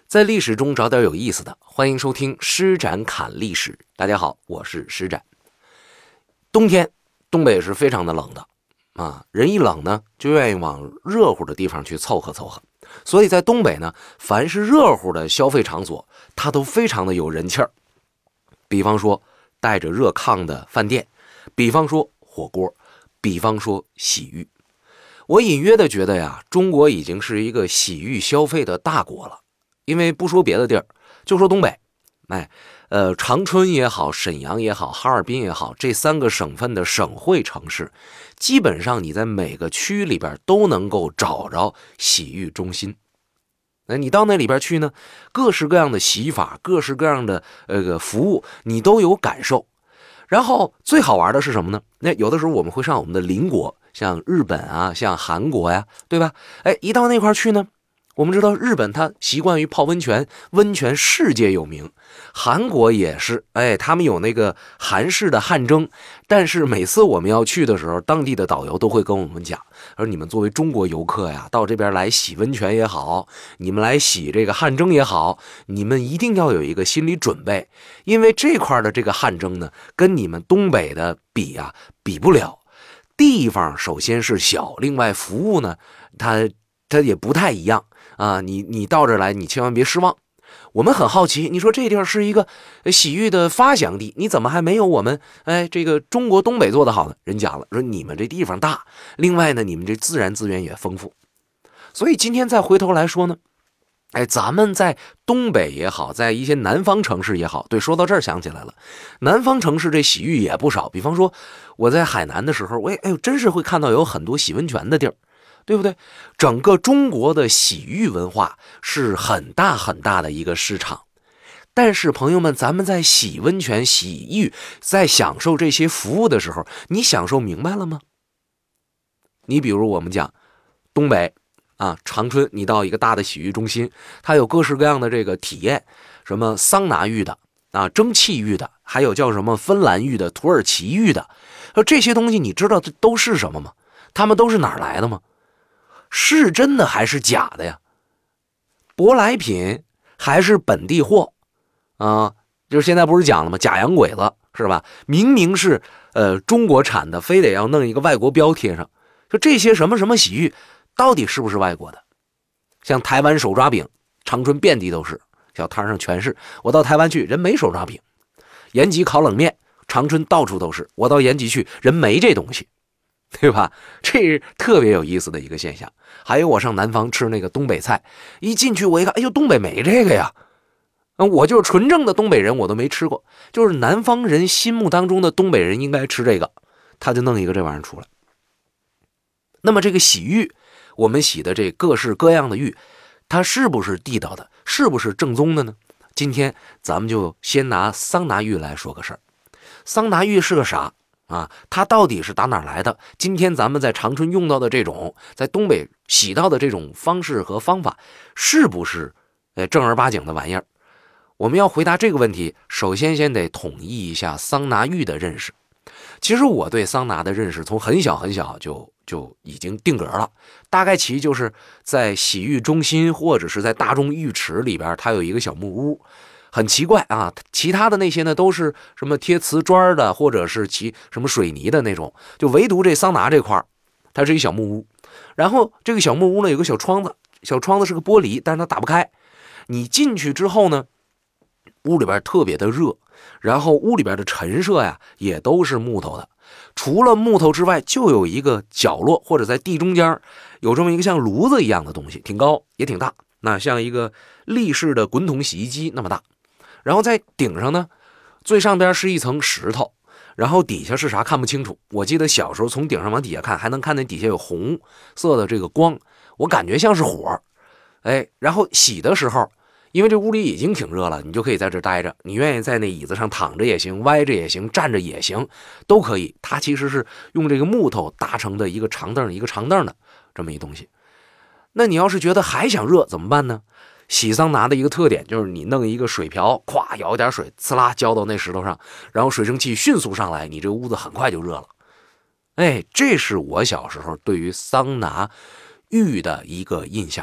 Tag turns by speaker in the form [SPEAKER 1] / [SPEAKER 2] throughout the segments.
[SPEAKER 1] 在历史中找点有意思的，欢迎收听施展侃历史。大家好，我是施展。冬天东北是非常的冷的人一冷呢，就愿意往热乎的地方去凑合凑合。所以在东北呢，凡是热乎的消费场所，它都非常的有人气儿。比方说带着热炕的饭店，比方说火锅，比方说洗浴。我隐约的觉得呀，中国已经是一个洗浴消费的大国了。因为不说别的地儿，就说东北，长春也好，沈阳也好，哈尔滨也好，这3个省份的省会城市，基本上你在每个区里边都能够找着洗浴中心。那你到那里边去呢，各式各样的洗法，各式各样的服务，你都有感受。然后最好玩的是什么呢？那有的时候我们会上我们的邻国，像日本啊，像韩国呀，对吧？一到那块去呢，我们知道日本它习惯于泡温泉，温泉世界有名。韩国也是，他们有那个韩式的汗蒸，但是每次我们要去的时候，当地的导游都会跟我们讲，而你们作为中国游客呀，到这边来洗温泉也好，你们来洗这个汗蒸也好，你们一定要有一个心理准备，因为这块的这个汗蒸呢，跟你们东北的比不了。地方首先是小，另外服务呢，它也不太一样。你到这儿来，你千万别失望。我们很好奇，你说这地儿是一个洗浴的发祥地，你怎么还没有我们这个中国东北做得好呢？人讲了，说你们这地方大，另外呢，你们这自然资源也丰富。所以今天再回头来说呢，咱们在东北也好，在一些南方城市也好，对，说到这儿想起来了，南方城市这洗浴也不少。比方说我在海南的时候，我真是会看到有很多洗温泉的地儿，对不对？整个中国的洗浴文化是很大很大的一个市场。但是朋友们，咱们在洗温泉洗浴，在享受这些服务的时候，你享受明白了吗？你比如我们讲东北长春，你到一个大的洗浴中心，它有各式各样的这个体验，什么桑拿浴的蒸汽浴的，还有叫什么芬兰浴的、土耳其浴的。这些东西你知道这都是什么吗？它们都是哪儿来的吗？是真的还是假的呀？舶来品还是本地货就是现在不是讲了吗？假洋鬼子是吧？明明是中国产的，非得要弄一个外国标贴上。就这些什么什么洗浴到底是不是外国的？像台湾手抓饼，长春遍地都是，小摊上全是。我到台湾去，人没手抓饼。延吉烤冷面，长春到处都是，我到延吉去，人没这东西，对吧？这是特别有意思的一个现象。还有我上南方吃那个东北菜，一进去我一看，东北没这个呀。我就是纯正的东北人，我都没吃过。就是南方人心目当中的东北人应该吃这个，他就弄一个这玩意儿出来。那么这个洗浴，我们洗的这各式各样的浴，它是不是地道的，是不是正宗的呢？今天咱们就先拿桑拿浴来说个事儿。桑拿浴是个啥它到底是打哪儿来的？今天咱们在长春用到的这种，在东北洗到的这种方式和方法，是不是正儿八经的玩意儿？我们要回答这个问题，首先先得统一一下桑拿浴的认识。其实我对桑拿的认识从很小很小就已经定格了，大概其就是在洗浴中心或者是在大众浴池里边，它有一个小木屋。很奇怪其他的那些呢都是什么贴瓷砖的，或者是什么水泥的那种，就唯独这桑拿这块它是一小木屋。然后这个小木屋呢有个小窗子，小窗子是个玻璃，但是它打不开。你进去之后呢，屋里边特别的热，然后屋里边的陈设呀也都是木头的，除了木头之外，就有一个角落或者在地中间有这么一个像炉子一样的东西，挺高也挺大，那像一个立式的滚筒洗衣机那么大。然后在顶上呢，最上边是一层石头，然后底下是啥看不清楚。我记得小时候从顶上往底下看，还能看见底下有红色的这个光，我感觉像是火。然后洗的时候，因为这屋里已经挺热了，你就可以在这待着，你愿意在那椅子上躺着也行，歪着也行，站着也行，都可以。它其实是用这个木头搭成的一个长凳的这么一东西。那你要是觉得还想热怎么办呢？洗桑拿的一个特点就是你弄一个水瓢，咵舀一点水，呲啦浇到那石头上，然后水蒸气迅速上来，你这屋子很快就热了。这是我小时候对于桑拿浴的一个印象。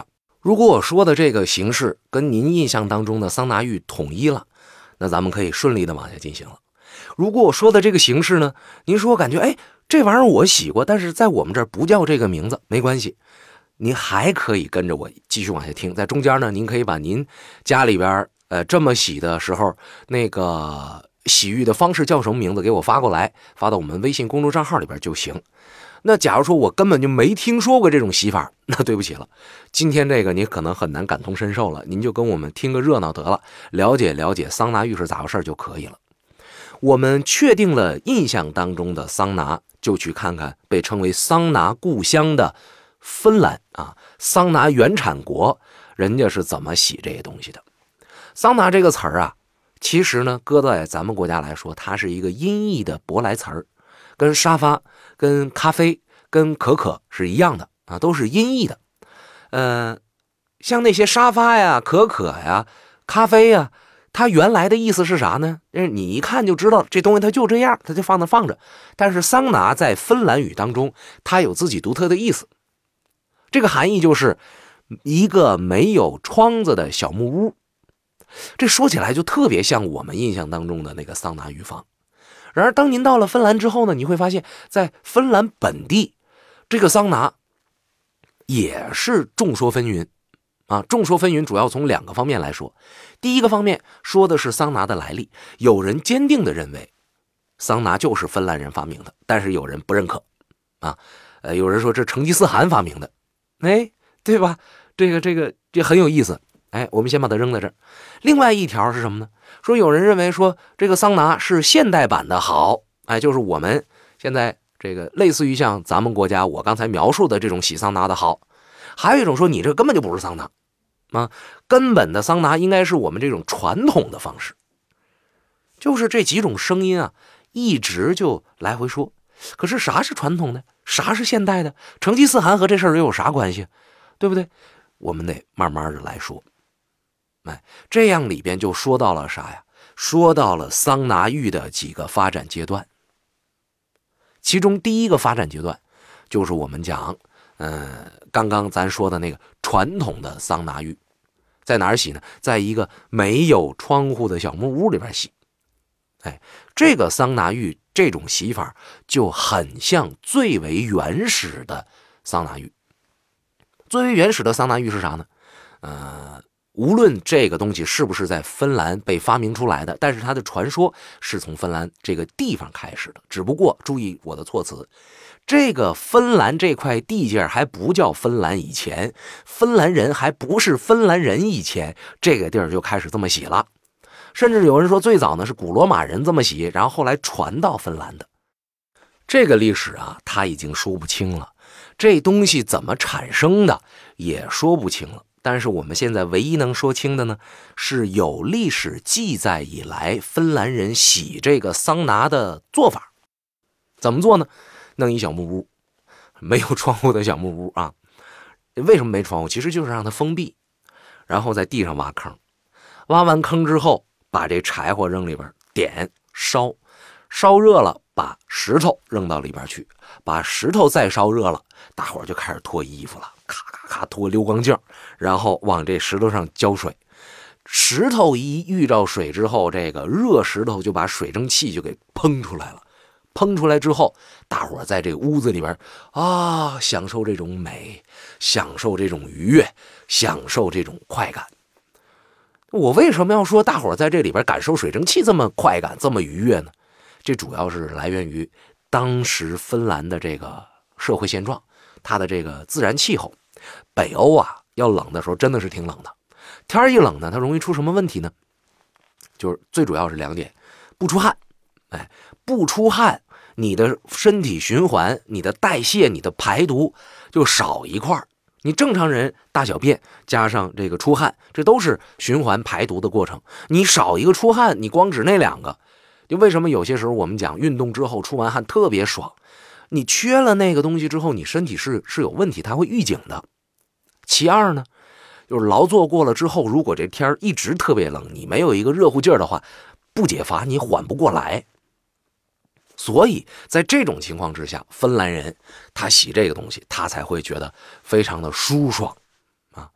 [SPEAKER 1] 如果我说的这个形式跟您印象当中的桑拿浴统一了，那咱们可以顺利的往下进行了。如果我说的这个形式呢，您说感觉这玩意儿我洗过，但是在我们这儿不叫这个名字，没关系，您还可以跟着我继续往下听。在中间呢，您可以把您家里边这么洗的时候那个洗浴的方式叫什么名字给我发过来，发到我们微信公众账号里边就行。那假如说我根本就没听说过这种洗法，那对不起了，今天这个你可能很难感同身受了，您就跟我们听个热闹得了，了解了解桑拿浴是咋回事就可以了。我们确定了印象当中的桑拿，就去看看被称为桑拿故乡的芬兰啊，桑拿原产国，人家是怎么洗这些东西的。桑拿这个词儿啊，其实呢搁在咱们国家来说，它是一个音译的舶来词儿，跟沙发、跟咖啡、跟可可是一样的啊，都是音译的。像那些沙发呀、可可呀、咖啡呀，它原来的意思是啥呢？你一看就知道这东西它就这样，它就放那放着。但是桑拿在芬兰语当中，它有自己独特的意思。这个含义就是一个没有窗子的小木屋。这说起来就特别像我们印象当中的那个桑拿浴房。然而当您到了芬兰之后呢，你会发现在芬兰本地，这个桑拿也是众说纷纭啊。众说纷纭主要从两个方面来说。第一个方面说的是桑拿的来历，有人坚定地认为桑拿就是芬兰人发明的，但是有人不认可啊。有人说这成吉思汗发明的，对吧？这很有意思。我们先把它扔在这儿。另外一条是什么呢？说有人认为说这个桑拿是现代版的好，就是我们现在这个类似于像咱们国家我刚才描述的这种洗桑拿的好。还有一种说你这根本就不是桑拿啊，根本的桑拿应该是我们这种传统的方式。就是这几种声音啊，一直就来回说。可是啥是传统的，啥是现代的？成吉思汗和这事儿又有啥关系？对不对？我们得慢慢的来说。这样里边就说到了啥呀？说到了桑拿浴的几个发展阶段。其中第一个发展阶段就是我们讲刚刚咱说的那个传统的桑拿浴。在哪儿洗呢？在一个没有窗户的小木屋里边洗。这个桑拿浴这种洗法就很像最为原始的桑拿浴。最为原始的桑拿浴是啥呢？无论这个东西是不是在芬兰被发明出来的，但是它的传说是从芬兰这个地方开始的。只不过注意我的措辞，这个芬兰这块地界还不叫芬兰以前，芬兰人还不是芬兰人以前，这个地儿就开始这么洗了。甚至有人说最早呢是古罗马人这么洗，然后后来传到芬兰的。这个历史啊，他已经说不清了，这东西怎么产生的也说不清了。但是我们现在唯一能说清的呢，是有历史记载以来芬兰人洗这个桑拿的做法。怎么做呢？弄一小木屋，没有窗户的小木屋啊。为什么没窗户？其实就是让它封闭，然后在地上挖坑，挖完坑之后把这柴火扔里边点烧，烧热了把石头扔到里边去，把石头再烧热了，大伙就开始脱衣服了，咔咔咔脱溜光镜，然后往这石头上浇水。石头一遇着水之后，这个热石头就把水蒸气就给喷出来了。喷出来之后，大伙在这个屋子里边啊，享受这种美，享受这种愉悦，享受这种快感。我为什么要说大伙在这里边感受水蒸气这么快感这么愉悦呢？这主要是来源于当时芬兰的这个社会现状，它的这个自然气候。北欧啊，要冷的时候真的是挺冷的，天一冷呢，它容易出什么问题呢？就是最主要是2点，不出汗。不出汗，你的身体循环、你的代谢、你的排毒就少一块。你正常人大小便加上这个出汗，这都是循环排毒的过程。你少一个出汗，你光指那2个，就为什么有些时候我们讲运动之后出完汗特别爽？你缺了那个东西之后，你身体是有问题，它会预警的。其二呢，就是劳作过了之后，如果这天一直特别冷，你没有一个热乎劲儿的话，不解乏你缓不过来。所以在这种情况之下，芬兰人他洗这个东西他才会觉得非常的舒爽啊。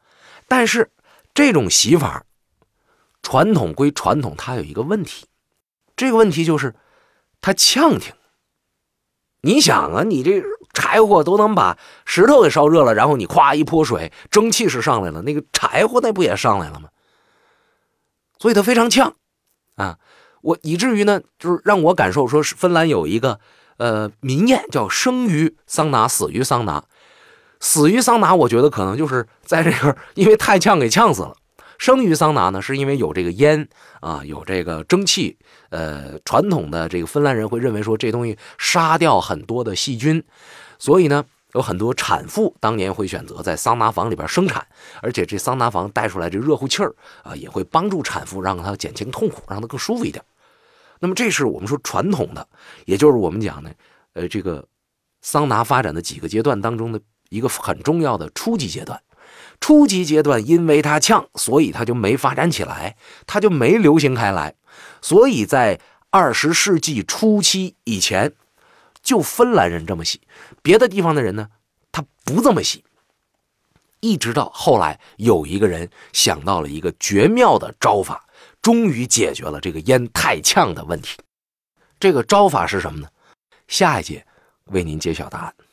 [SPEAKER 1] 但是这种洗法传统归传统，它有一个问题，这个问题就是它呛挺。你想啊，你这柴火都能把石头给烧热了，然后你咵一泼水，蒸汽是上来了，那个柴火那不也上来了吗？所以它非常呛啊。我以至于呢，就是让我感受说，芬兰有一个民谚叫生于桑拿，死于桑拿。死于桑拿我觉得可能就是在这个因为太呛给呛死了。生于桑拿呢，是因为有这个烟啊，有这个蒸汽，传统的这个芬兰人会认为说这东西杀掉很多的细菌，所以呢，有很多产妇当年会选择在桑拿房里边生产，而且这桑拿房带出来这热乎气儿啊，也会帮助产妇让她减轻痛苦，让她更舒服一点。那么这是我们说传统的，也就是我们讲的，这个桑拿发展的几个阶段当中的一个很重要的初级阶段。初级阶段因为它呛，所以它就没发展起来，它就没流行开来。所以在20世纪初期以前，就芬兰人这么洗，别的地方的人呢，他不这么洗。一直到后来有一个人想到了一个绝妙的招法，终于解决了这个烟太呛的问题。这个招法是什么呢？下一节为您揭晓答案。